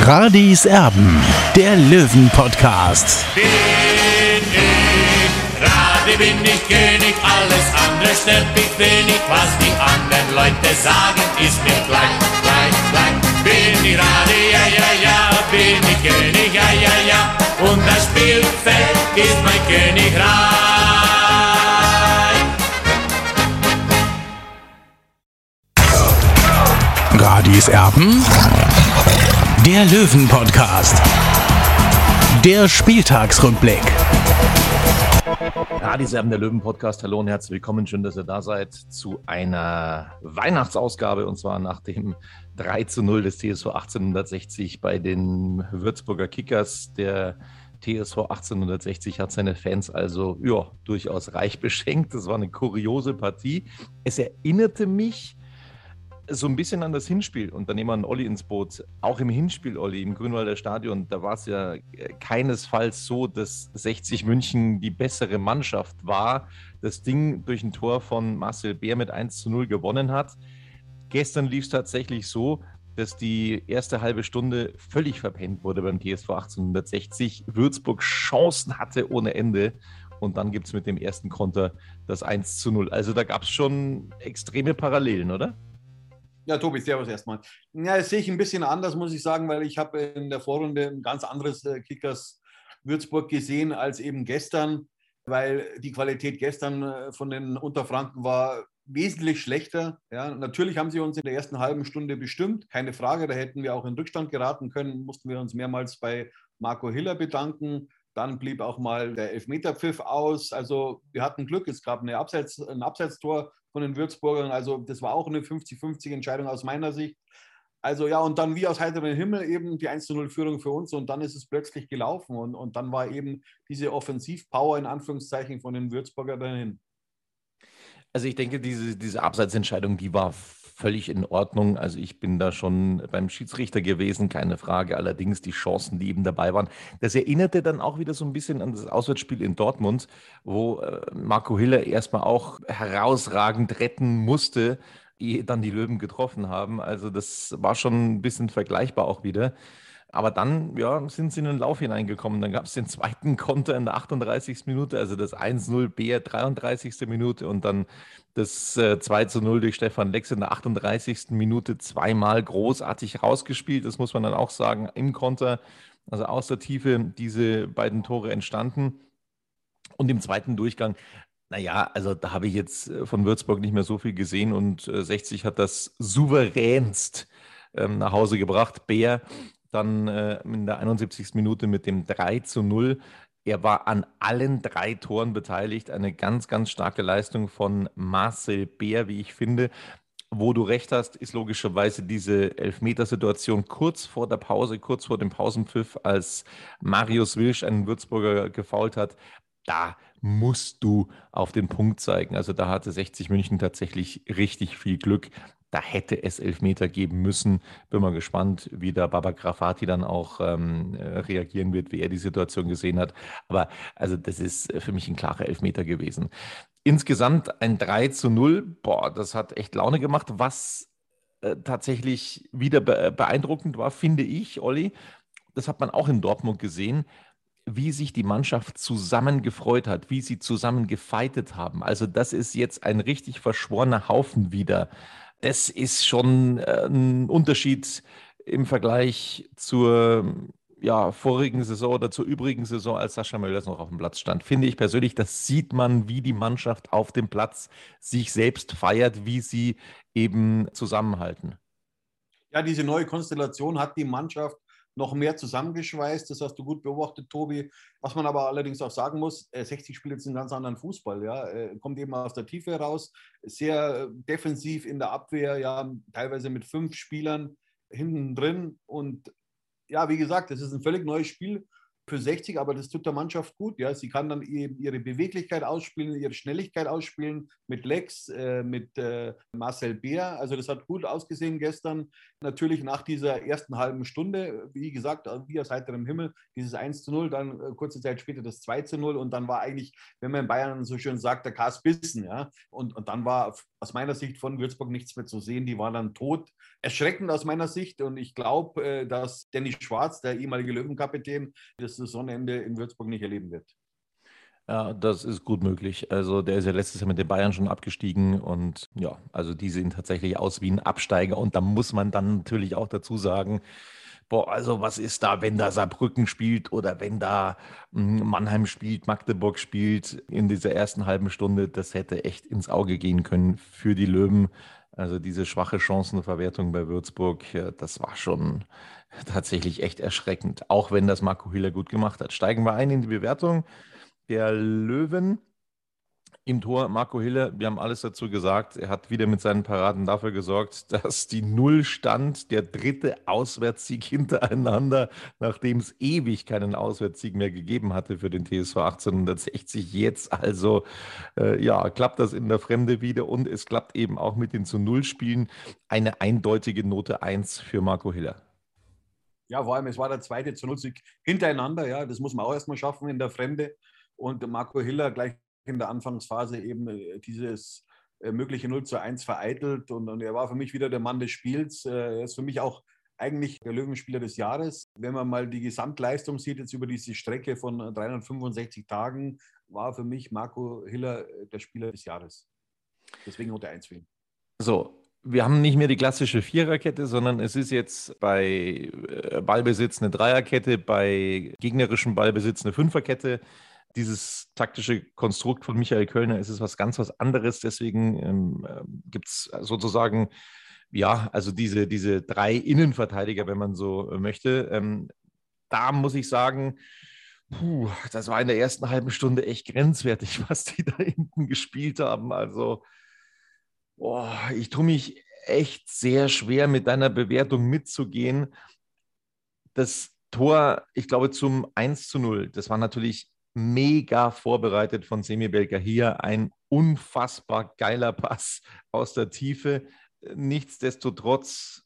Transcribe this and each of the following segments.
Radis Erben, der Löwen-Podcast. Bin ich König, alles andere stört mich wenig. Was die anderen Leute sagen, ist mir gleich. Bin ich Radi, ja, bin ich König, ja. Und das Spielfeld ist mein Königreich. Radis Erben, der Löwen-Podcast. Der Spieltagsrückblick. Radis Erben, der Löwen-Podcast. Hallo und herzlich willkommen. Schön, dass ihr da seid zu einer Weihnachtsausgabe, und zwar nach dem 3:0 des TSV 1860 bei den Würzburger Kickers. Der TSV 1860 hat seine Fans also durchaus reich beschenkt. Das war eine kuriose Partie. Es erinnerte mich so ein bisschen an das Hinspiel, und dann nehmen wir einen Olli ins Boot. Auch im Hinspiel, Olli, im Grünwalder Stadion, da war es ja keinesfalls so, dass 60 München die bessere Mannschaft war, das Ding durch ein Tor von Marcel Beer mit 1:0 gewonnen hat. Gestern lief es tatsächlich so, dass die erste halbe Stunde völlig verpennt wurde beim TSV 1860. Würzburg Chancen hatte ohne Ende. Und dann gibt es mit dem ersten Konter das 1:0. Also da gab es schon extreme Parallelen, oder? Ja, Tobi, servus erstmal. Ja, das sehe ich ein bisschen anders, muss ich sagen, weil ich habe in der Vorrunde ein ganz anderes Kickers Würzburg gesehen als eben gestern, weil die Qualität gestern von den Unterfranken war wesentlich schlechter. Ja, natürlich haben sie uns in der ersten halben Stunde bestimmt, keine Frage, da hätten wir auch in Rückstand geraten können, mussten wir uns mehrmals bei Marco Hiller bedanken. Dann blieb auch mal der Elfmeterpfiff aus. Also wir hatten Glück, es gab ein Abseitstor von den Würzburgern. Also das war auch eine 50-50 Entscheidung aus meiner Sicht. Also ja, und dann wie aus heiterem Himmel eben die 1:0-Führung für uns, und dann ist es plötzlich gelaufen. Und dann war eben diese Offensivpower in Anführungszeichen von den Würzburgern dahin. Also ich denke, diese Abseitsentscheidung, die war völlig in Ordnung. Also ich bin da schon beim Schiedsrichter gewesen, keine Frage. Allerdings die Chancen, die eben dabei waren, das erinnerte dann auch wieder so ein bisschen an das Auswärtsspiel in Dortmund, wo Marco Hiller erstmal auch herausragend retten musste, ehe dann die Löwen getroffen haben. Also das war schon ein bisschen vergleichbar auch wieder. Aber dann sind sie in den Lauf hineingekommen. Dann gab es den zweiten Konter in der 38. Minute, also das 1:0 Beer 33. Minute, und dann das 2:0 durch Stefan Lex in der 38. Minute, zweimal großartig rausgespielt. Das muss man dann auch sagen, im Konter, also aus der Tiefe diese beiden Tore entstanden. Und im zweiten Durchgang, also da habe ich jetzt von Würzburg nicht mehr so viel gesehen, und 60 hat das souveränst nach Hause gebracht. Beer dann in der 71. Minute mit dem 3:0. Er war an allen 3 Toren beteiligt. Eine ganz, ganz starke Leistung von Marcel Beer, wie ich finde. Wo du recht hast, ist logischerweise diese Elfmetersituation kurz vor der Pause, kurz vor dem Pausenpfiff, als Marius Wilsch einen Würzburger gefoult hat. Da musst du auf den Punkt zeigen. Also da hatte 60 München tatsächlich richtig viel Glück. Da hätte es Elfmeter geben müssen. Bin mal gespannt, wie der Baba Grafati dann auch reagieren wird, wie er die Situation gesehen hat. Aber also das ist für mich ein klarer Elfmeter gewesen. Insgesamt ein 3:0. Das hat echt Laune gemacht. Was tatsächlich wieder beeindruckend war, finde ich, Olli, das hat man auch in Dortmund gesehen, wie sich die Mannschaft zusammen gefreut hat, wie sie zusammen gefeitet haben. Also das ist jetzt ein richtig verschworener Haufen wieder. Das ist schon ein Unterschied im Vergleich zur vorigen Saison oder zur übrigen Saison, als Sascha Mölders noch auf dem Platz stand. Finde ich persönlich, das sieht man, wie die Mannschaft auf dem Platz sich selbst feiert, wie sie eben zusammenhalten. Ja, diese neue Konstellation hat die Mannschaft noch mehr zusammengeschweißt. Das hast du gut beobachtet, Tobi. Was man aber allerdings auch sagen muss, 60 spielt jetzt einen ganz anderen Fußball. Ja. Kommt eben aus der Tiefe raus, sehr defensiv in der Abwehr, ja, teilweise mit 5 Spielern hinten drin. Und ja, wie gesagt, das ist ein völlig neues Spiel für 60, aber das tut der Mannschaft gut. Ja. Sie kann dann eben ihre Beweglichkeit ausspielen, ihre Schnelligkeit ausspielen mit Lex, mit Marcel Beer. Also das hat gut ausgesehen gestern. Natürlich nach dieser ersten halben Stunde, wie gesagt, wie aus heiterem Himmel, dieses 1:0, dann kurze Zeit später das 2:0 und dann war eigentlich, wenn man in Bayern so schön sagt, der Kas bissen. Ja. Und dann war aus meiner Sicht von Würzburg nichts mehr zu sehen. Die waren dann tot. Erschreckend aus meiner Sicht und ich glaube, dass Danny Schwarz, der ehemalige Löwenkapitän, das Saisonende in Würzburg nicht erleben wird. Ja, das ist gut möglich. Also der ist ja letztes Jahr mit den Bayern schon abgestiegen und ja, also die sehen tatsächlich aus wie ein Absteiger und da muss man dann natürlich auch dazu sagen, boah, also was ist da, wenn da Saarbrücken spielt oder wenn da Mannheim spielt, Magdeburg spielt in dieser ersten halben Stunde, das hätte echt ins Auge gehen können für die Löwen. Also diese schwache Chancenverwertung bei Würzburg, ja, das war schon tatsächlich echt erschreckend, auch wenn das Marco Hiller gut gemacht hat. Steigen wir ein in die Bewertung der Löwen. Im Tor Marco Hiller, wir haben alles dazu gesagt. Er hat wieder mit seinen Paraden dafür gesorgt, dass die Null stand. Der dritte Auswärtssieg hintereinander, nachdem es ewig keinen Auswärtssieg mehr gegeben hatte für den TSV 1860. Jetzt also, ja, klappt das in der Fremde wieder und es klappt eben auch mit den zu-Null-Spielen. Eine eindeutige Note 1 für Marco Hiller. Ja, vor allem, es war der zweite zu-Null-Sieg hintereinander. Ja, das muss man auch erstmal schaffen in der Fremde. Und Marco Hiller gleich in der Anfangsphase eben dieses mögliche 0:1 vereitelt und er war für mich wieder der Mann des Spiels. Er ist für mich auch eigentlich der Löwenspieler des Jahres. Wenn man mal die Gesamtleistung sieht, jetzt über diese Strecke von 365 Tagen, war für mich Marco Hiller der Spieler des Jahres. Deswegen Note 1 für ihn. So, wir haben nicht mehr die klassische Viererkette, sondern es ist jetzt bei Ballbesitz eine Dreierkette, bei gegnerischem Ballbesitz eine Fünferkette. Dieses taktische Konstrukt von Michael Kölner ist was ganz was anderes. Deswegen gibt es sozusagen, ja, also diese drei Innenverteidiger, wenn man so möchte. Da muss ich sagen, das war in der ersten halben Stunde echt grenzwertig, was die da hinten gespielt haben. Also, ich tue mich echt sehr schwer, mit deiner Bewertung mitzugehen. Das Tor, ich glaube, zum 1:0, das war natürlich mega vorbereitet von Semi Belkahir. Ein unfassbar geiler Pass aus der Tiefe. Nichtsdestotrotz,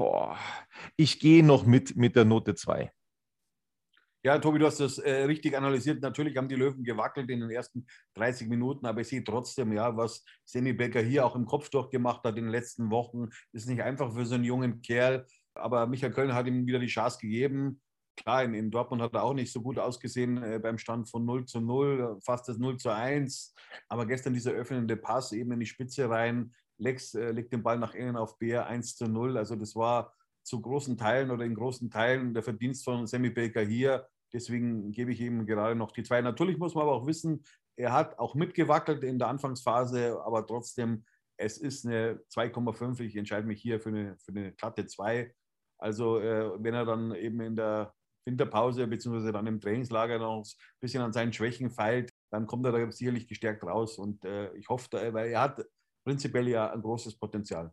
ich gehe noch mit der Note 2. Ja, Tobi, du hast das richtig analysiert. Natürlich haben die Löwen gewackelt in den ersten 30 Minuten, aber ich sehe trotzdem, ja, was Semi Belkahir auch im Kopf durchgemacht hat in den letzten Wochen, ist nicht einfach für so einen jungen Kerl. Aber Michael Kölner hat ihm wieder die Chance gegeben. Klar, in Dortmund hat er auch nicht so gut ausgesehen beim Stand von 0:0, fast das 0:1. Aber gestern dieser öffnende Pass eben in die Spitze rein. Lex legt den Ball nach innen auf Beer 1:0. Also das war zu großen Teilen oder in großen Teilen der Verdienst von Semi Belkahir. Deswegen gebe ich ihm gerade noch die 2. Natürlich muss man aber auch wissen, er hat auch mitgewackelt in der Anfangsphase, aber trotzdem, es ist eine 2,5. Ich entscheide mich hier für eine glatte 2. Also wenn er dann eben in der Winterpause bzw. dann im Trainingslager noch ein bisschen an seinen Schwächen feilt, dann kommt er da sicherlich gestärkt raus. Und ich hoffe, weil er hat prinzipiell ja ein großes Potenzial.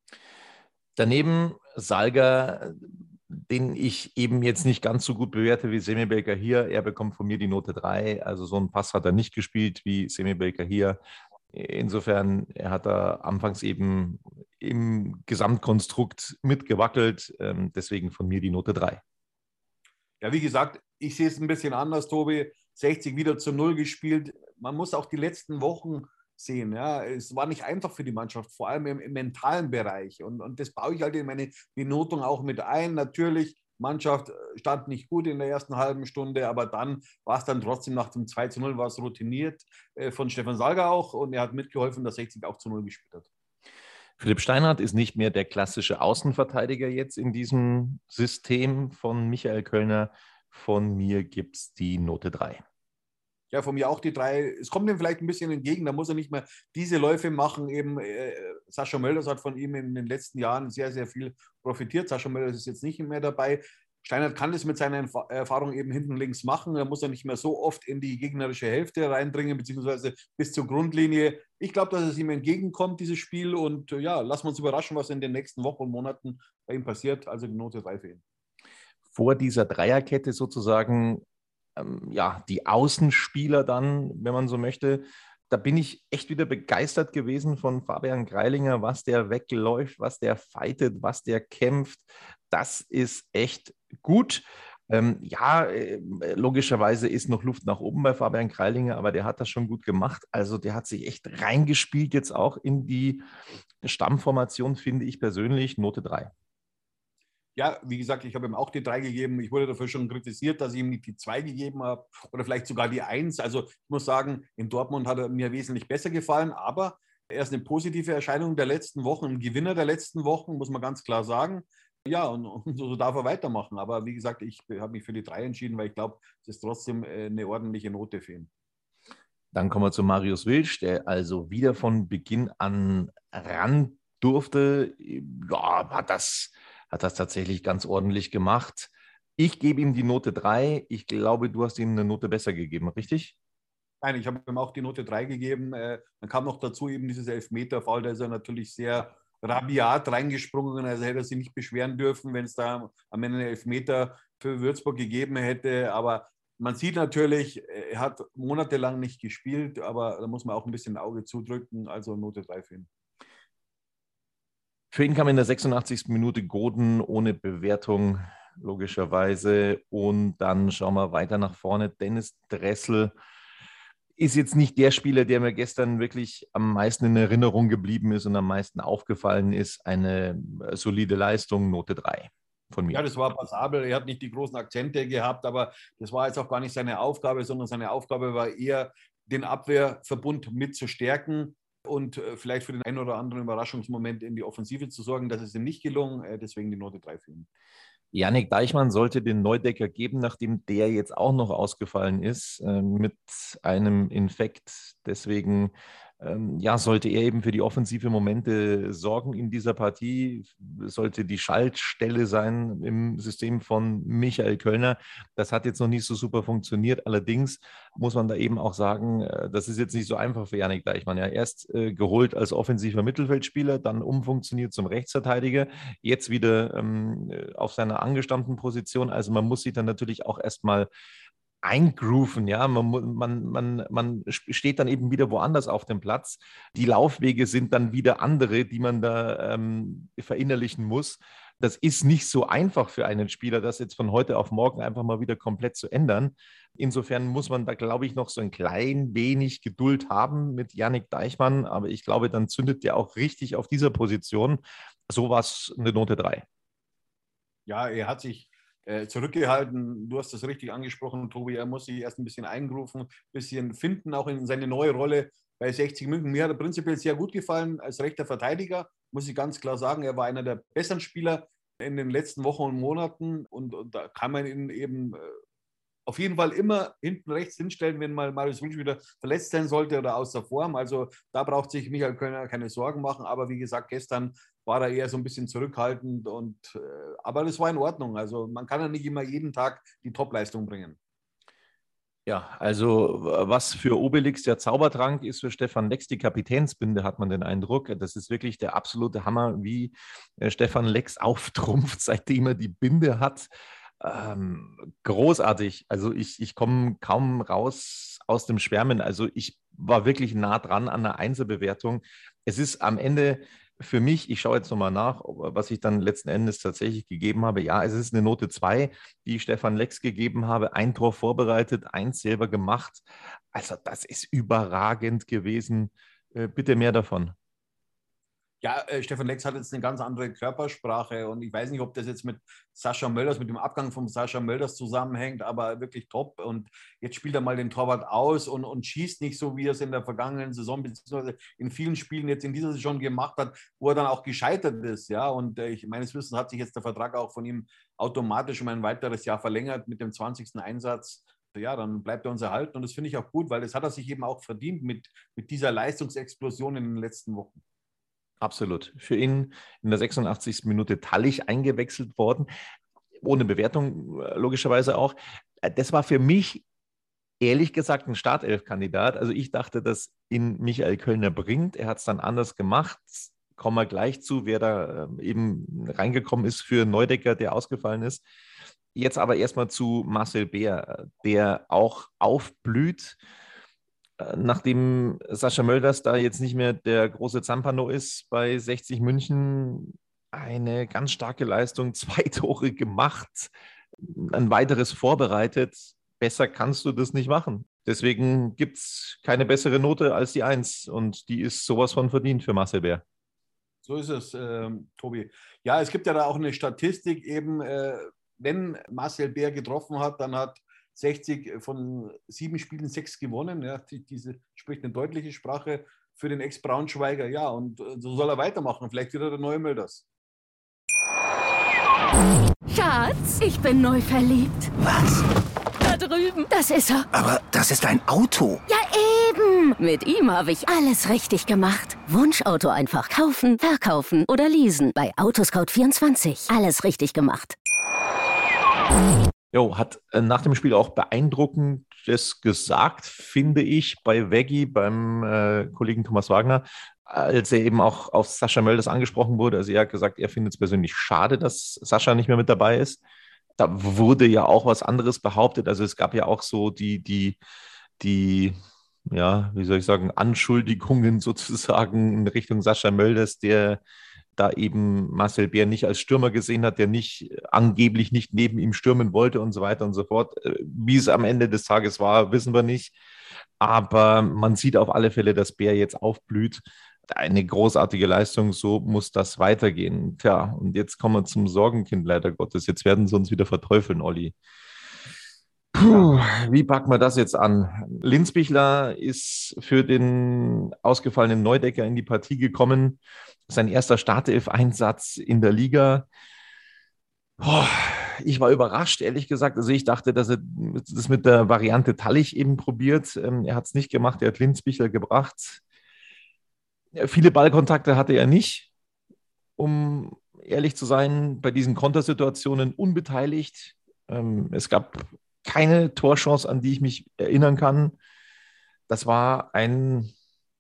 Daneben Salga, den ich eben jetzt nicht ganz so gut bewerte wie Semi Belkahir. Er bekommt von mir die Note 3. Also so einen Pass hat er nicht gespielt wie Semi Belkahir. Insofern, er hat da anfangs eben im Gesamtkonstrukt mitgewackelt. Deswegen von mir die Note 3. Ja, wie gesagt, ich sehe es ein bisschen anders, Tobi. 60 wieder zu 0 gespielt. Man muss auch die letzten Wochen sehen. Ja. Es war nicht einfach für die Mannschaft, vor allem im mentalen Bereich. Und das baue ich halt in meine Benotung auch mit ein. Natürlich, Mannschaft stand nicht gut in der ersten halben Stunde, aber dann war es dann trotzdem nach dem 2:0 war es routiniert von Stefan Salga auch und er hat mitgeholfen, dass 60 auch zu 0 gespielt hat. Philipp Steinhardt ist nicht mehr der klassische Außenverteidiger jetzt in diesem System von Michael Kölner. Von mir gibt es die Note 3. Ja, von mir auch die 3. Es kommt ihm vielleicht ein bisschen entgegen, da muss er nicht mehr diese Läufe machen. Eben Sascha Mölders hat von ihm in den letzten Jahren sehr, sehr viel profitiert. Sascha Mölders ist jetzt nicht mehr dabei. Steinhardt kann das mit seiner Erfahrung eben hinten links machen. Da muss er nicht mehr so oft in die gegnerische Hälfte reindringen, beziehungsweise bis zur Grundlinie. Ich glaube, dass es ihm entgegenkommt, dieses Spiel. Und ja, lassen wir uns überraschen, was in den nächsten Wochen und Monaten bei ihm passiert. Also die Note 3 für ihn. Vor dieser Dreierkette sozusagen die Außenspieler dann, wenn man so möchte. Da bin ich echt wieder begeistert gewesen von Fabian Greilinger, was der wegläuft, was der fightet, was der kämpft. Das ist echt gut. Logischerweise ist noch Luft nach oben bei Fabian Greilinger, aber der hat das schon gut gemacht. Also der hat sich echt reingespielt jetzt auch in die Stammformation, finde ich persönlich, Note 3. Ja, wie gesagt, ich habe ihm auch die 3 gegeben. Ich wurde dafür schon kritisiert, dass ich ihm nicht die 2 gegeben habe oder vielleicht sogar die 1. Also ich muss sagen, in Dortmund hat er mir wesentlich besser gefallen, aber er ist eine positive Erscheinung der letzten Wochen, ein Gewinner der letzten Wochen, muss man ganz klar sagen. Ja, und so darf er weitermachen. Aber wie gesagt, ich habe mich für die 3 entschieden, weil ich glaube, es ist trotzdem eine ordentliche Note für ihn. Dann kommen wir zu Marius Wilsch, der also wieder von Beginn an ran durfte. Ja, hat das tatsächlich ganz ordentlich gemacht. Ich gebe ihm die Note 3. Ich glaube, du hast ihm eine Note besser gegeben, richtig? Nein, ich habe ihm auch die Note 3 gegeben. Dann kam noch dazu eben dieses Elfmeter-Foul, da ist er natürlich sehr rabiat reingesprungen, also hätte er sich nicht beschweren dürfen, wenn es da am Ende einen Elfmeter für Würzburg gegeben hätte, aber man sieht natürlich, er hat monatelang nicht gespielt, aber da muss man auch ein bisschen ein Auge zudrücken, also Note 3 für ihn. Für ihn kam in der 86. Minute Godin ohne Bewertung, logischerweise, und dann schauen wir weiter nach vorne. Dennis Dressel ist jetzt nicht der Spieler, der mir gestern wirklich am meisten in Erinnerung geblieben ist und am meisten aufgefallen ist. Eine solide Leistung, Note 3 von mir. Ja, das war passabel. Er hat nicht die großen Akzente gehabt, aber das war jetzt auch gar nicht seine Aufgabe, sondern seine Aufgabe war eher, den Abwehrverbund mit zu stärken und vielleicht für den einen oder anderen Überraschungsmoment in die Offensive zu sorgen. Das ist ihm nicht gelungen, deswegen die Note 3 für ihn. Yannick Deichmann sollte den Neudecker geben, nachdem der jetzt auch noch ausgefallen ist mit einem Infekt. Deswegen sollte er eben für die offensive Momente sorgen in dieser Partie, sollte die Schaltstelle sein im System von Michael Kölner. Das hat jetzt noch nicht so super funktioniert. Allerdings muss man da eben auch sagen, das ist jetzt nicht so einfach für Yannick Deichmann. Ja, erst geholt als offensiver Mittelfeldspieler, dann umfunktioniert zum Rechtsverteidiger, jetzt wieder auf seiner angestammten Position. Also man muss sich dann natürlich auch erstmal eingrooven, ja, man steht dann eben wieder woanders auf dem Platz. Die Laufwege sind dann wieder andere, die man da verinnerlichen muss. Das ist nicht so einfach für einen Spieler, das jetzt von heute auf morgen einfach mal wieder komplett zu ändern. Insofern muss man da, glaube ich, noch so ein klein wenig Geduld haben mit Yannick Deichmann, aber ich glaube, dann zündet der auch richtig auf dieser Position. So war es eine Note 3. Ja, er hat sich zurückgehalten. Du hast das richtig angesprochen, Tobi. Er muss sich erst ein bisschen eingrooven, ein bisschen finden, auch in seine neue Rolle bei 60 München. Mir hat er prinzipiell sehr gut gefallen als rechter Verteidiger, muss ich ganz klar sagen. Er war einer der besseren Spieler in den letzten Wochen und Monaten und da kann man ihn eben auf jeden Fall immer hinten rechts hinstellen, wenn mal Marius Wilsch wieder verletzt sein sollte oder außer Form. Also da braucht sich Michael Kölner keine Sorgen machen. Aber wie gesagt, gestern war er eher so ein bisschen zurückhaltend. Aber das war in Ordnung. Also man kann ja nicht immer jeden Tag die Topleistung bringen. Ja, also was für Obelix der Zaubertrank ist, für Stefan Lex die Kapitänsbinde, hat man den Eindruck. Das ist wirklich der absolute Hammer, wie Stefan Lex auftrumpft, seitdem er die Binde hat. Großartig. Also ich komme kaum raus aus dem Schwärmen. Also ich war wirklich nah dran an einer Einserbewertung. Es ist am Ende für mich, ich schaue jetzt nochmal nach, was ich dann letzten Endes tatsächlich gegeben habe. Ja, es ist eine Note 2, die ich Stefan Lex gegeben habe. 1 Tor vorbereitet, 1 selber gemacht. Also das ist überragend gewesen. Bitte mehr davon. Ja, Stefan Lex hat jetzt eine ganz andere Körpersprache und ich weiß nicht, ob das jetzt mit Sascha Mölders, mit dem Abgang von Sascha Mölders zusammenhängt, aber wirklich top. Und jetzt spielt er mal den Torwart aus und schießt nicht so, wie er es in der vergangenen Saison beziehungsweise in vielen Spielen jetzt in dieser Saison gemacht hat, wo er dann auch gescheitert ist. Ja, und meines Wissens hat sich jetzt der Vertrag auch von ihm automatisch um ein weiteres Jahr verlängert mit dem 20. Einsatz. Ja, dann bleibt er uns erhalten und das finde ich auch gut, weil das hat er sich eben auch verdient mit dieser Leistungsexplosion in den letzten Wochen. Absolut. Für ihn in der 86. Minute Tallich eingewechselt worden, ohne Bewertung logischerweise auch. Das war für mich ehrlich gesagt ein Startelf-Kandidat. Also ich dachte, dass ihn Michael Kölner bringt. Er hat es dann anders gemacht. Kommen wir gleich zu, wer da eben reingekommen ist für Neudecker, der ausgefallen ist. Jetzt aber erstmal zu Marcel Beer, der auch aufblüht, nachdem Sascha Mölders da jetzt nicht mehr der große Zampano ist bei 60 München. Eine ganz starke Leistung, 2 Tore gemacht, ein weiteres vorbereitet. Besser kannst du das nicht machen. Deswegen gibt es keine bessere Note als die 1 und die ist sowas von verdient für Marcel Beer. So ist es, Tobi. Ja, es gibt ja da auch eine Statistik eben, wenn Marcel Beer getroffen hat, dann hat 60 von 7 Spielen 6 gewonnen. Ja, diese spricht eine deutliche Sprache für den Ex-Braunschweiger. Ja, und so soll er weitermachen. Vielleicht wieder der neue Mölders. Schatz, ich bin neu verliebt. Was? Da drüben. Das ist er. Aber das ist ein Auto. Ja, eben. Mit ihm habe ich alles richtig gemacht. Wunschauto einfach kaufen, verkaufen oder leasen. Bei Autoscout24. Alles richtig gemacht. Jo, hat nach dem Spiel auch Beeindruckendes gesagt, finde ich, bei Veggie, beim Kollegen Thomas Wagner, als er eben auch auf Sascha Mölders angesprochen wurde. Also er hat gesagt, er findet es persönlich schade, dass Sascha nicht mehr mit dabei ist. Da wurde ja auch was anderes behauptet. Also es gab ja auch so die ja, wie soll ich sagen, Anschuldigungen sozusagen in Richtung Sascha Mölders, der da eben Marcel Beer nicht als Stürmer gesehen hat, der angeblich nicht neben ihm stürmen wollte und so weiter und so fort. Wie es am Ende des Tages war, wissen wir nicht. Aber man sieht auf alle Fälle, dass Beer jetzt aufblüht. Eine großartige Leistung, so muss das weitergehen. Tja, und jetzt kommen wir zum Sorgenkind, leider Gottes. Jetzt werden sie uns wieder verteufeln, Olli. Puh, wie packen wir das jetzt an? Linzbichler ist für den ausgefallenen Neudecker in die Partie gekommen. Sein erster Startelf-Einsatz in der Liga. Ich war überrascht, ehrlich gesagt. Also ich dachte, dass er das mit der Variante Tallich eben probiert. Er hat es nicht gemacht, er hat Linzbichler gebracht. Viele Ballkontakte hatte er nicht, um ehrlich zu sein, bei diesen Kontersituationen unbeteiligt. Es gab keine Torchance, an die ich mich erinnern kann. Das war ein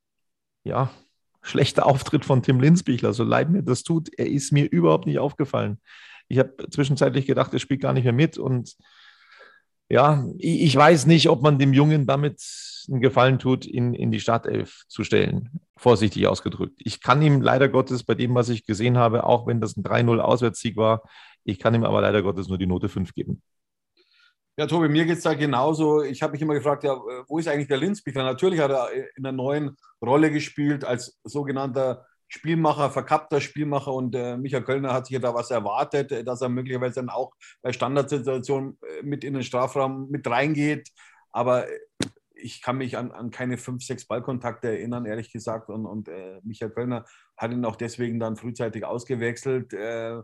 schlechter Auftritt von Tim Linzbichler, so leid mir das tut. Er ist mir überhaupt nicht aufgefallen. Ich habe zwischenzeitlich gedacht, er spielt gar nicht mehr mit. Und ja, ich weiß nicht, ob man dem Jungen damit einen Gefallen tut, ihn in die Startelf zu stellen. Vorsichtig ausgedrückt. Ich kann ihm leider Gottes bei dem, was ich gesehen habe, auch wenn das ein 3-0 Auswärtssieg war, ich kann ihm aber leider Gottes nur die Note 5 geben. Ja, Tobi, mir geht es da genauso. Ich habe mich immer gefragt, ja, wo ist eigentlich der Linzbichler? Natürlich hat er in einer neuen Rolle gespielt als sogenannter Spielmacher, verkappter Spielmacher, und Michael Kölner hat sich ja da was erwartet, dass er möglicherweise dann auch bei Standardsituationen mit in den Strafraum mit reingeht. Aber ich kann mich an keine 5, 6 Ballkontakte erinnern, ehrlich gesagt. Und Michael Kölner hat ihn auch deswegen dann frühzeitig ausgewechselt.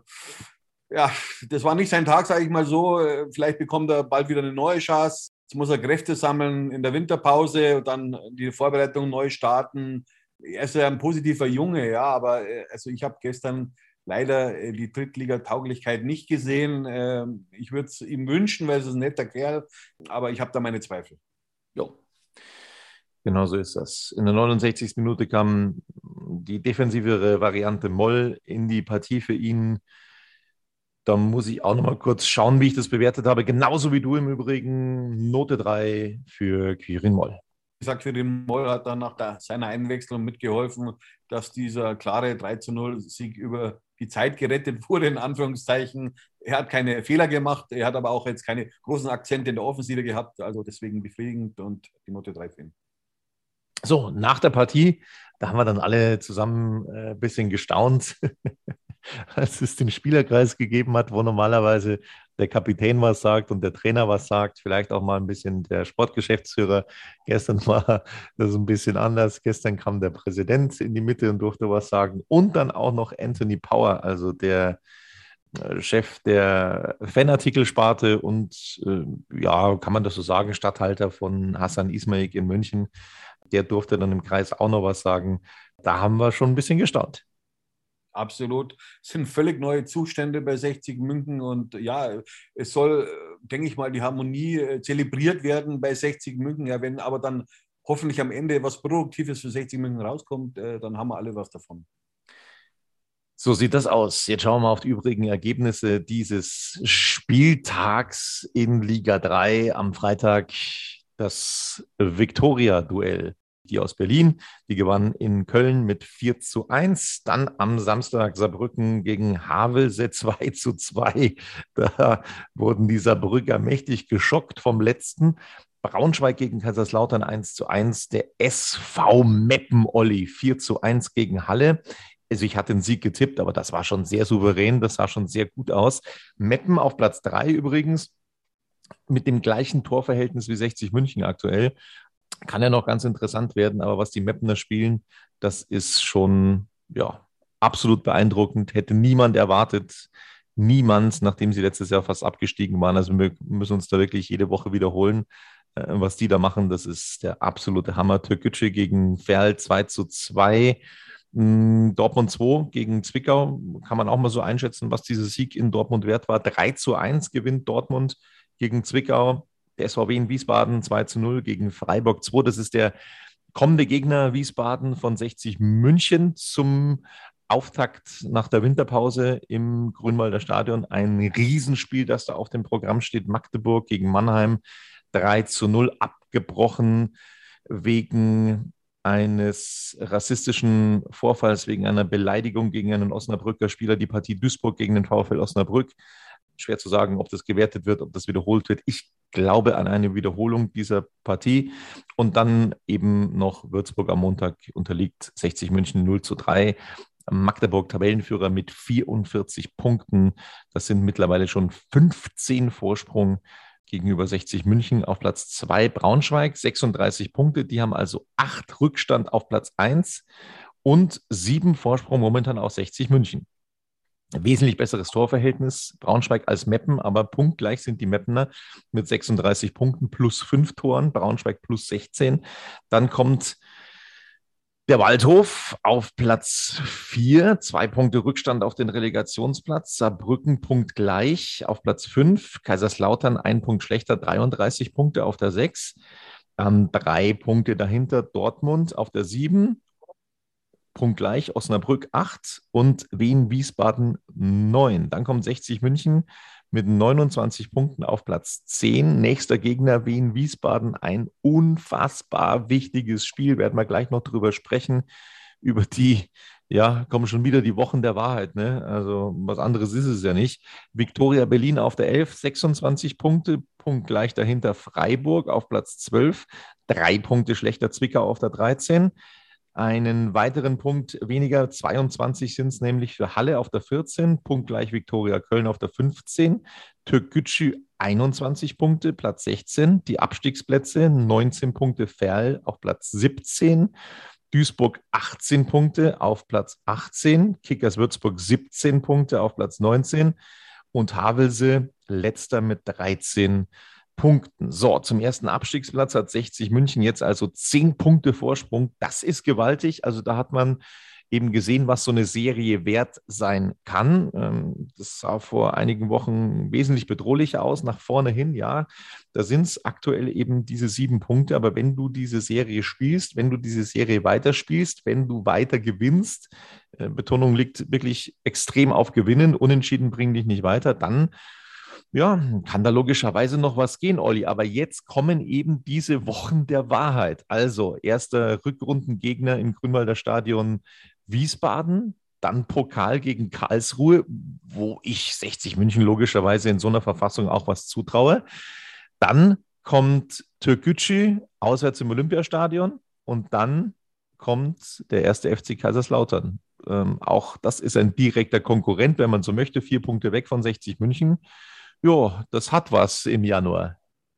Ja, das war nicht sein Tag, sage ich mal so. Vielleicht bekommt er bald wieder eine neue Chance. Jetzt muss er Kräfte sammeln in der Winterpause und dann die Vorbereitung neu starten. Er ist ja ein positiver Junge, ja, aber also ich habe gestern leider die Drittliga-Tauglichkeit nicht gesehen. Ich würde es ihm wünschen, weil es ist ein netter Kerl, aber ich habe da meine Zweifel. Jo. Genau so ist das. In der 69. Minute kam die defensivere Variante Moll in die Partie für ihn. Da muss ich auch noch mal kurz schauen, wie ich das bewertet habe. Genauso wie du im Übrigen. Note 3 für Quirin Moll. Ich sage, Quirin Moll hat dann nach seiner Einwechslung mitgeholfen, dass dieser klare 3-0-Sieg über die Zeit gerettet wurde, in Anführungszeichen. Er hat keine Fehler gemacht, er hat aber auch jetzt keine großen Akzente in der Offensive gehabt. Also deswegen befriedigend und die Note 3 für ihn. So, nach der Partie, da haben wir dann alle zusammen ein bisschen gestaunt, als es den Spielerkreis gegeben hat, wo normalerweise der Kapitän was sagt und der Trainer was sagt, vielleicht auch mal ein bisschen der Sportgeschäftsführer. Gestern war das ein bisschen anders. Gestern kam der Präsident in die Mitte und durfte was sagen und dann auch noch Anthony Power, also der Chef der Fanartikelsparte und ja, kann man das so sagen, Statthalter von Hassan Ismail in München. Der durfte dann im Kreis auch noch was sagen. Da haben wir schon ein bisschen gestaunt. Absolut. Es sind völlig neue Zustände bei 60 München und ja, es soll, denke ich mal, die Harmonie zelebriert werden bei 60 München. Ja, wenn aber dann hoffentlich am Ende was Produktives für 60 München rauskommt, dann haben wir alle was davon. So sieht das aus. Jetzt schauen wir mal auf die übrigen Ergebnisse dieses Spieltags in Liga 3 am Freitag das Viktoria-Duell. Die aus Berlin, die gewann in Köln mit 4:1. Dann am Samstag Saarbrücken gegen Havelse 2:2. Da wurden die Saarbrücker mächtig geschockt vom letzten. Braunschweig gegen Kaiserslautern 1:1. Der SV Meppen, Olli, 4:1 gegen Halle. Also ich hatte den Sieg getippt, aber das war schon sehr souverän, das sah schon sehr gut aus. Meppen auf Platz 3 übrigens, mit dem gleichen Torverhältnis wie 60 München aktuell. Kann ja noch ganz interessant werden, aber was die Meppener spielen, das ist schon absolut beeindruckend. Hätte niemand erwartet. Niemand, nachdem sie letztes Jahr fast abgestiegen waren. Also wir müssen uns da wirklich jede Woche wiederholen, was die da machen. Das ist der absolute Hammer. Türkgücü gegen Verl 2:2. Dortmund 2 gegen Zwickau. Kann man auch mal so einschätzen, was dieser Sieg in Dortmund wert war. 3:1 gewinnt Dortmund gegen Zwickau. Der SVW in Wiesbaden 2:0 gegen Freiburg 2. Das ist der kommende Gegner Wiesbaden von 60 München zum Auftakt nach der Winterpause im Grünwalder Stadion. Ein Riesenspiel, das da auf dem Programm steht. Magdeburg gegen Mannheim 3:0 abgebrochen wegen eines rassistischen Vorfalls, wegen einer Beleidigung gegen einen Osnabrücker Spieler. Die Partie Duisburg gegen den VfL Osnabrück. Schwer zu sagen, ob das gewertet wird, ob das wiederholt wird. Ich glaube an eine Wiederholung dieser Partie. Und dann eben noch Würzburg am Montag unterliegt 60 München 0:3. Magdeburg Tabellenführer mit 44 Punkten. Das sind mittlerweile schon 15 Vorsprung gegenüber 60 München. Auf Platz 2 Braunschweig 36 Punkte. Die haben also 8 Rückstand auf Platz 1 und 7 Vorsprung momentan auf 60 München. Wesentlich besseres Torverhältnis Braunschweig als Meppen, aber punktgleich sind die Meppener mit 36 Punkten plus 5 Toren, Braunschweig plus 16. Dann kommt der Waldhof auf Platz 4, 2 Punkte Rückstand auf den Relegationsplatz, Saarbrücken punktgleich auf Platz 5, Kaiserslautern 1 Punkt schlechter, 33 Punkte auf der 6, dann 3 Punkte dahinter Dortmund auf der 7, punktgleich, Osnabrück 8 und Wien Wiesbaden 9. Dann kommt 60 München mit 29 Punkten auf Platz 10. Nächster Gegner Wien Wiesbaden, ein unfassbar wichtiges Spiel. Werden wir gleich noch drüber sprechen. Über die, kommen schon wieder die Wochen der Wahrheit. Ne? Also was anderes ist es ja nicht. Viktoria Berlin auf der 11, 26 Punkte, punktgleich dahinter Freiburg auf Platz 12. 3 Punkte schlechter Zwickau auf der 13. Einen weiteren Punkt weniger, 22 sind es nämlich für Halle auf der 14, punktgleich Viktoria Köln auf der 15, Türkgücü 21 Punkte, Platz 16, die Abstiegsplätze 19 Punkte Verl auf Platz 17, Duisburg 18 Punkte auf Platz 18, Kickers Würzburg 17 Punkte auf Platz 19 und Havelse letzter mit 13 Punkten. So, zum ersten Abstiegsplatz hat 60 München jetzt also 10 Punkte Vorsprung. Das ist gewaltig. Also da hat man eben gesehen, was so eine Serie wert sein kann. Das sah vor einigen Wochen wesentlich bedrohlicher aus, nach vorne hin, ja. Da sind es aktuell eben diese 7 Punkte. Aber wenn du diese Serie spielst, wenn du diese Serie weiterspielst, wenn du weiter gewinnst, Betonung liegt wirklich extrem auf Gewinnen, Unentschieden bringen dich nicht weiter, dann kann da logischerweise noch was gehen, Olli. Aber jetzt kommen eben diese Wochen der Wahrheit. Also erster Rückrundengegner im Grünwalder Stadion Wiesbaden, dann Pokal gegen Karlsruhe, wo ich 60 München logischerweise in so einer Verfassung auch was zutraue. Dann kommt Türkgücü auswärts im Olympiastadion und dann kommt der erste FC Kaiserslautern. Auch das ist ein direkter Konkurrent, wenn man so möchte, 4 Punkte weg von 60 München. Ja, das hat was im Januar.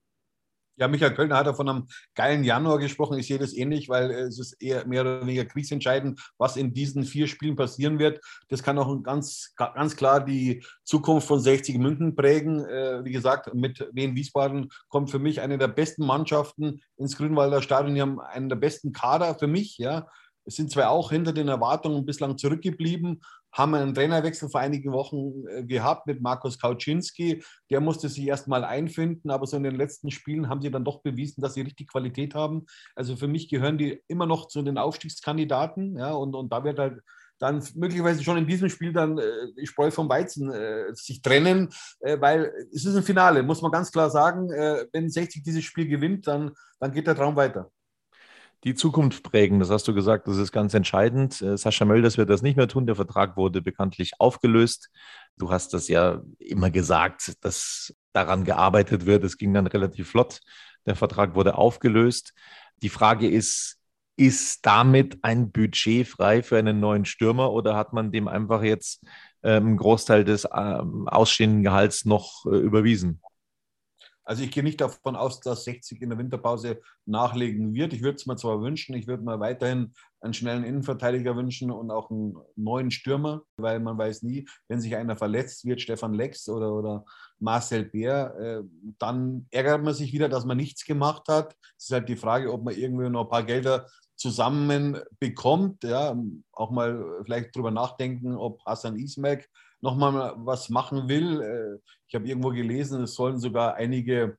Ja, Michael Kölner hat ja von einem geilen Januar gesprochen. Ich sehe das ähnlich, weil es ist eher mehr oder weniger kriegsentscheidend, was in diesen 4 Spielen passieren wird. Das kann auch ganz klar die Zukunft von 60 München prägen. Wie gesagt, mit Wien Wiesbaden kommt für mich eine der besten Mannschaften ins Grünwalder Stadion. Die haben einen der besten Kader für mich, ja. Es sind zwar auch hinter den Erwartungen bislang zurückgeblieben, haben einen Trainerwechsel vor einigen Wochen gehabt mit Markus Kauczynski. Der musste sich erstmal einfinden, aber so in den letzten Spielen haben sie dann doch bewiesen, dass sie richtig Qualität haben. Also für mich gehören die immer noch zu den Aufstiegskandidaten. Ja, und da wird halt dann möglicherweise schon in diesem Spiel dann die Spreu vom Weizen sich trennen, weil es ist ein Finale, muss man ganz klar sagen. Wenn 60 dieses Spiel gewinnt, dann geht der Traum weiter. Die Zukunft prägen, das hast du gesagt, das ist ganz entscheidend. Sascha Mölders wird das nicht mehr tun. Der Vertrag wurde bekanntlich aufgelöst. Du hast das ja immer gesagt, dass daran gearbeitet wird. Es ging dann relativ flott. Der Vertrag wurde aufgelöst. Die Frage ist damit ein Budget frei für einen neuen Stürmer oder hat man dem einfach jetzt einen Großteil des ausstehenden Gehalts noch überwiesen? Also ich gehe nicht davon aus, dass 60 in der Winterpause nachlegen wird. Ich würde es mir zwar wünschen, ich würde mir weiterhin einen schnellen Innenverteidiger wünschen und auch einen neuen Stürmer, weil man weiß nie, wenn sich einer verletzt wird, Stefan Lex oder Marcel Bär, dann ärgert man sich wieder, dass man nichts gemacht hat. Es ist halt die Frage, ob man irgendwie noch ein paar Gelder zusammen bekommt. Ja, auch mal vielleicht drüber nachdenken, ob Hasan Ismail nochmal was machen will. Ich habe irgendwo gelesen, es sollen sogar einige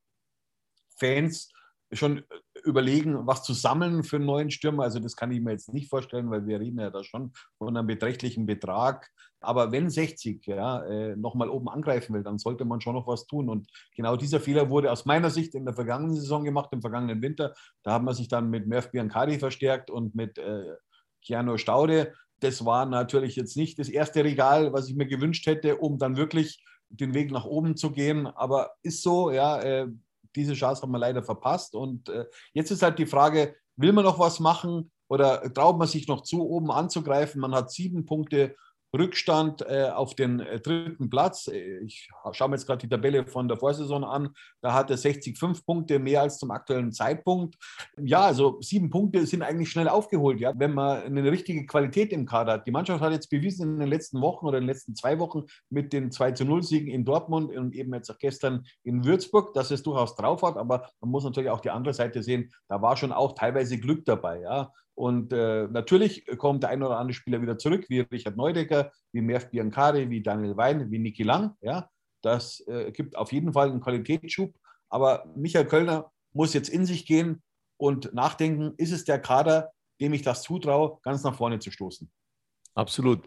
Fans schon überlegen, was zu sammeln für einen neuen Stürmer. Also das kann ich mir jetzt nicht vorstellen, weil wir reden ja da schon von einem beträchtlichen Betrag. Aber wenn 60 nochmal oben angreifen will, dann sollte man schon noch was tun. Und genau dieser Fehler wurde aus meiner Sicht in der vergangenen Saison gemacht, im vergangenen Winter. Da haben wir sich dann mit Murphy Biancardi verstärkt und mit Keanu Staude. Das war natürlich jetzt nicht das erste Regal, was ich mir gewünscht hätte, um dann wirklich den Weg nach oben zu gehen. Aber ist so, diese Chance haben wir leider verpasst. Und jetzt ist halt die Frage, will man noch was machen oder traut man sich noch zu, oben anzugreifen? Man hat 7 Punkte Rückstand auf den 3. Platz. Ich schaue mir jetzt gerade die Tabelle von der Vorsaison an. Da hatte 60 5 Punkte, mehr als zum aktuellen Zeitpunkt. Ja, also 7 Punkte sind eigentlich schnell aufgeholt, ja, wenn man eine richtige Qualität im Kader hat. Die Mannschaft hat jetzt bewiesen in den letzten Wochen oder in den letzten 2 Wochen mit den 2-0-Siegen in Dortmund und eben jetzt auch gestern in Würzburg, dass es durchaus drauf hat. Aber man muss natürlich auch die andere Seite sehen, da war schon auch teilweise Glück dabei, ja. Und natürlich kommt der ein oder andere Spieler wieder zurück, wie Richard Neudecker, wie Murphy Biancardi, wie Daniel Wein, wie Niki Lang. Ja? Das gibt auf jeden Fall einen Qualitätsschub. Aber Michael Kölner muss jetzt in sich gehen und nachdenken, ist es der Kader, dem ich das zutraue, ganz nach vorne zu stoßen. Absolut.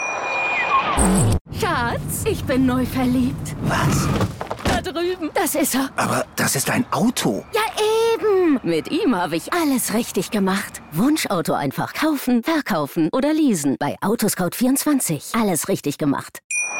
Schatz, ich bin neu verliebt. Was? Da drüben. Das ist er. Aber das ist ein Auto. Ja, eben. Mit ihm habe ich alles richtig gemacht. Wunschauto einfach kaufen, verkaufen oder leasen. Bei Autoscout24. Alles richtig gemacht.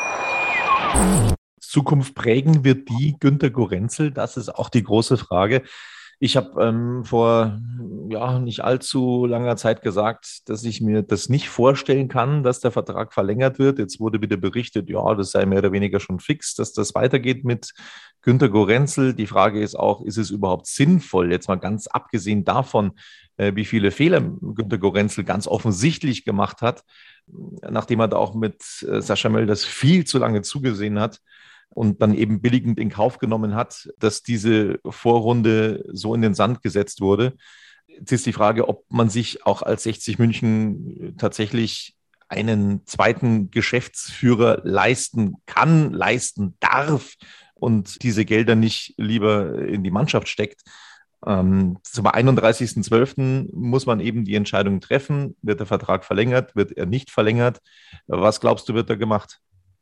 Zukunft prägen wird die Günter Gorenzel? Das ist auch die große Frage. Ich habe vor nicht allzu langer Zeit gesagt, dass ich mir das nicht vorstellen kann, dass der Vertrag verlängert wird. Jetzt wurde wieder berichtet, das sei mehr oder weniger schon fix, dass das weitergeht mit Günter Gorenzel. Die Frage ist auch, ist es überhaupt sinnvoll, jetzt mal ganz abgesehen davon, wie viele Fehler Günter Gorenzel ganz offensichtlich gemacht hat, nachdem er da auch mit Sascha Mölders viel zu lange zugesehen hat und dann eben billigend in Kauf genommen hat, dass diese Vorrunde so in den Sand gesetzt wurde. Jetzt ist die Frage, ob man sich auch als 60 München tatsächlich einen zweiten Geschäftsführer leisten kann, leisten darf und diese Gelder nicht lieber in die Mannschaft steckt. Zum 31.12. muss man eben die Entscheidung treffen. Wird der Vertrag verlängert, wird er nicht verlängert? Was glaubst du, wird da gemacht?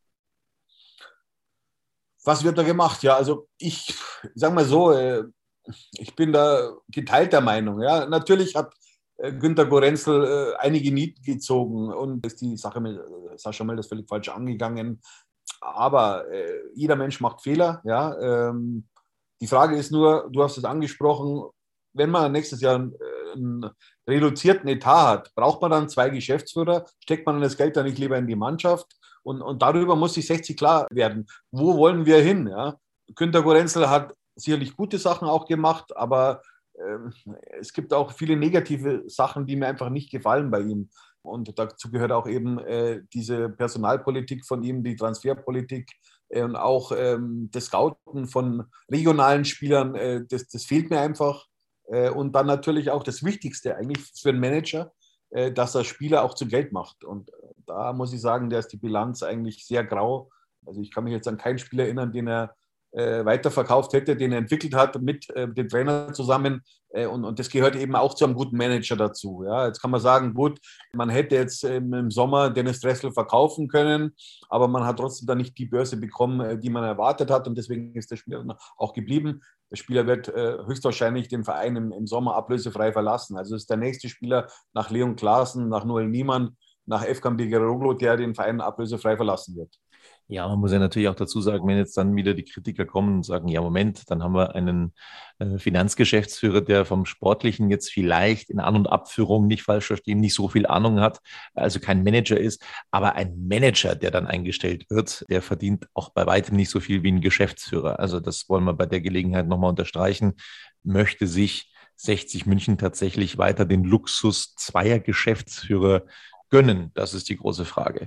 Was wird da gemacht? Ja, also ich sage mal so, ich bin da geteilter Meinung. Ja. Natürlich hat Günter Gorenzel einige Nieten gezogen und ist die Sache mit Sascha Mölders völlig falsch angegangen. Aber jeder Mensch macht Fehler. Ja. Die Frage ist nur, du hast es angesprochen, wenn man nächstes Jahr einen reduzierten Etat hat, braucht man dann 2 Geschäftsführer? Steckt man das Geld dann nicht lieber in die Mannschaft? Und darüber muss sich 60 klar werden. Wo wollen wir hin? Ja? Günter Gorenzel hat sicherlich gute Sachen auch gemacht, aber es gibt auch viele negative Sachen, die mir einfach nicht gefallen bei ihm. Und dazu gehört auch eben diese Personalpolitik von ihm, die Transferpolitik und auch das Scouten von regionalen Spielern. Das fehlt mir einfach. Und dann natürlich auch das Wichtigste eigentlich für einen Manager, dass er Spieler auch zu Geld macht. Und da muss ich sagen, da ist die Bilanz eigentlich sehr grau. Also ich kann mich jetzt an keinen Spieler erinnern, den er weiterverkauft hätte, den er entwickelt hat mit dem Trainer zusammen. Und das gehört eben auch zu einem guten Manager dazu. Ja, jetzt kann man sagen, gut, man hätte jetzt im Sommer Dennis Dressel verkaufen können, aber man hat trotzdem dann nicht die Börse bekommen, die man erwartet hat. Und deswegen ist der Spieler auch geblieben. Der Spieler wird höchstwahrscheinlich den Verein im Sommer ablösefrei verlassen. Also ist der nächste Spieler nach Leon Klaassen, nach Noel Niemann, nach Efkan Begeroglu, der den Verein ablösefrei verlassen wird. Ja, man muss ja natürlich auch dazu sagen, wenn jetzt dann wieder die Kritiker kommen und sagen, ja Moment, dann haben wir einen Finanzgeschäftsführer, der vom Sportlichen jetzt vielleicht in An- und Abführung, nicht falsch verstehen, nicht so viel Ahnung hat, also kein Manager ist, aber ein Manager, der dann eingestellt wird, der verdient auch bei weitem nicht so viel wie ein Geschäftsführer. Also das wollen wir bei der Gelegenheit nochmal unterstreichen, möchte sich 60 München tatsächlich weiter den Luxus zweier Geschäftsführer gönnen? Das ist die große Frage.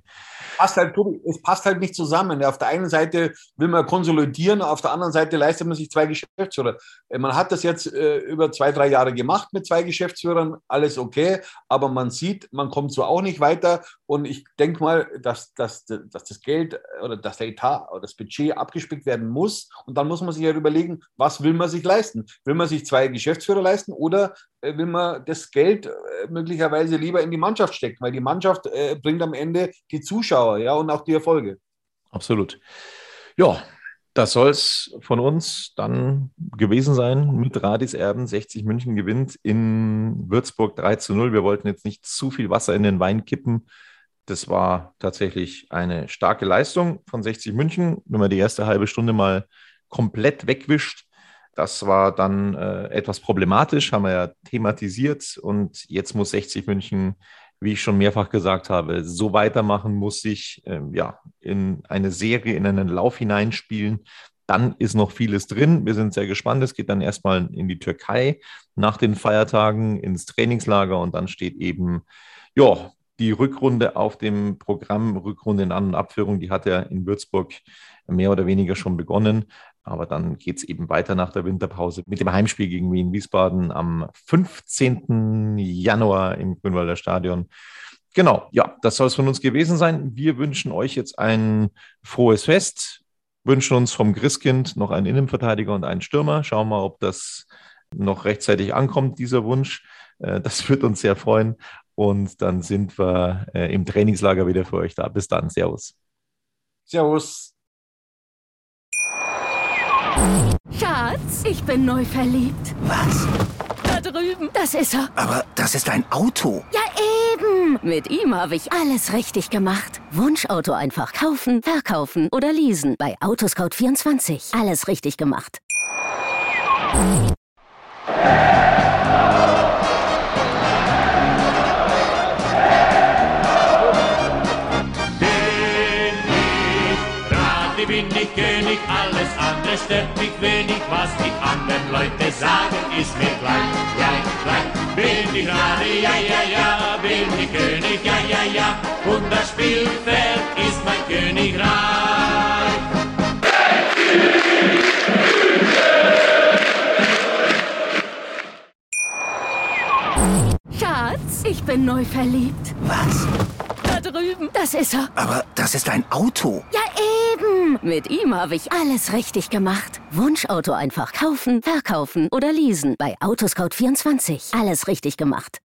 Es passt halt nicht zusammen. Auf der einen Seite will man konsolidieren, auf der anderen Seite leistet man sich zwei Geschäftsführer. Man hat das jetzt über 2-3 Jahre gemacht mit 2 Geschäftsführern, alles okay, aber man sieht, man kommt so auch nicht weiter. Und ich denke mal, dass das Geld oder dass der Etat oder das Budget abgespickt werden muss. Und dann muss man sich ja überlegen, was will man sich leisten? Will man sich 2 Geschäftsführer leisten oder will man das Geld möglicherweise lieber in die Mannschaft stecken? Weil die Mannschaft bringt am Ende die Zuschauer, ja, und auch die Erfolge. Absolut. Ja, das soll es von uns dann gewesen sein mit Radis Erben. 60 München gewinnt in Würzburg 3:0. Wir wollten jetzt nicht zu viel Wasser in den Wein kippen. Das war tatsächlich eine starke Leistung von 60 München. Wenn man die erste halbe Stunde mal komplett wegwischt, das war dann etwas problematisch, haben wir ja thematisiert. Und jetzt muss 60 München, wie ich schon mehrfach gesagt habe, so weitermachen, muss sich in eine Serie, in einen Lauf hineinspielen. Dann ist noch vieles drin. Wir sind sehr gespannt. Es geht dann erstmal in die Türkei nach den Feiertagen ins Trainingslager und dann steht eben die Rückrunde auf dem Programm. Rückrunde in An- und Abführung, die hat ja in Würzburg mehr oder weniger schon begonnen. Aber dann geht es eben weiter nach der Winterpause mit dem Heimspiel gegen Wien Wiesbaden am 15. Januar im Grünwalder Stadion. Genau, ja, das soll es von uns gewesen sein. Wir wünschen euch jetzt ein frohes Fest, wünschen uns vom Christkind noch einen Innenverteidiger und einen Stürmer. Schauen wir mal, ob das noch rechtzeitig ankommt, dieser Wunsch. Das wird uns sehr freuen. Und dann sind wir im Trainingslager wieder für euch da. Bis dann. Servus. Servus. Schatz, ich bin neu verliebt. Was? Da drüben. Das ist er. Aber das ist ein Auto. Ja, eben. Mit ihm habe ich alles richtig gemacht. Wunschauto einfach kaufen, verkaufen oder leasen. Bei Autoscout24. Alles richtig gemacht. Bin ich König, alles andere stört mich wenig, was die anderen Leute sagen, ist mir gleich. Bin ich Rade, ja, bin ich König, ja, und das Spielfeld ist mein Königreich. Schatz, ich bin neu verliebt. Was? Da drüben. Das ist er. Aber das ist ein Auto. Ja, eben. Mit ihm habe ich alles richtig gemacht. Wunschauto einfach kaufen, verkaufen oder leasen. Bei Autoscout24. Alles richtig gemacht.